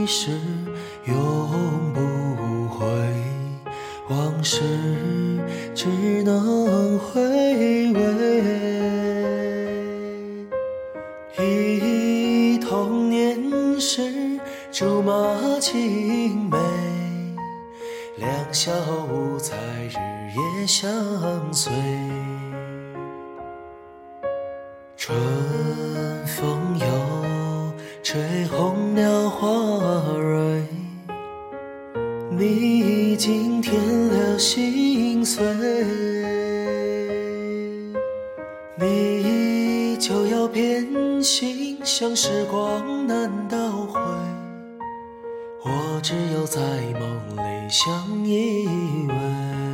一世永不回，往事只能回味。忆童年时竹马青梅，两小无猜日夜相随。春风又吹红了花蕊，你已经添了心碎，你就要偏心，像时光难倒回，我只有在梦里相依偎。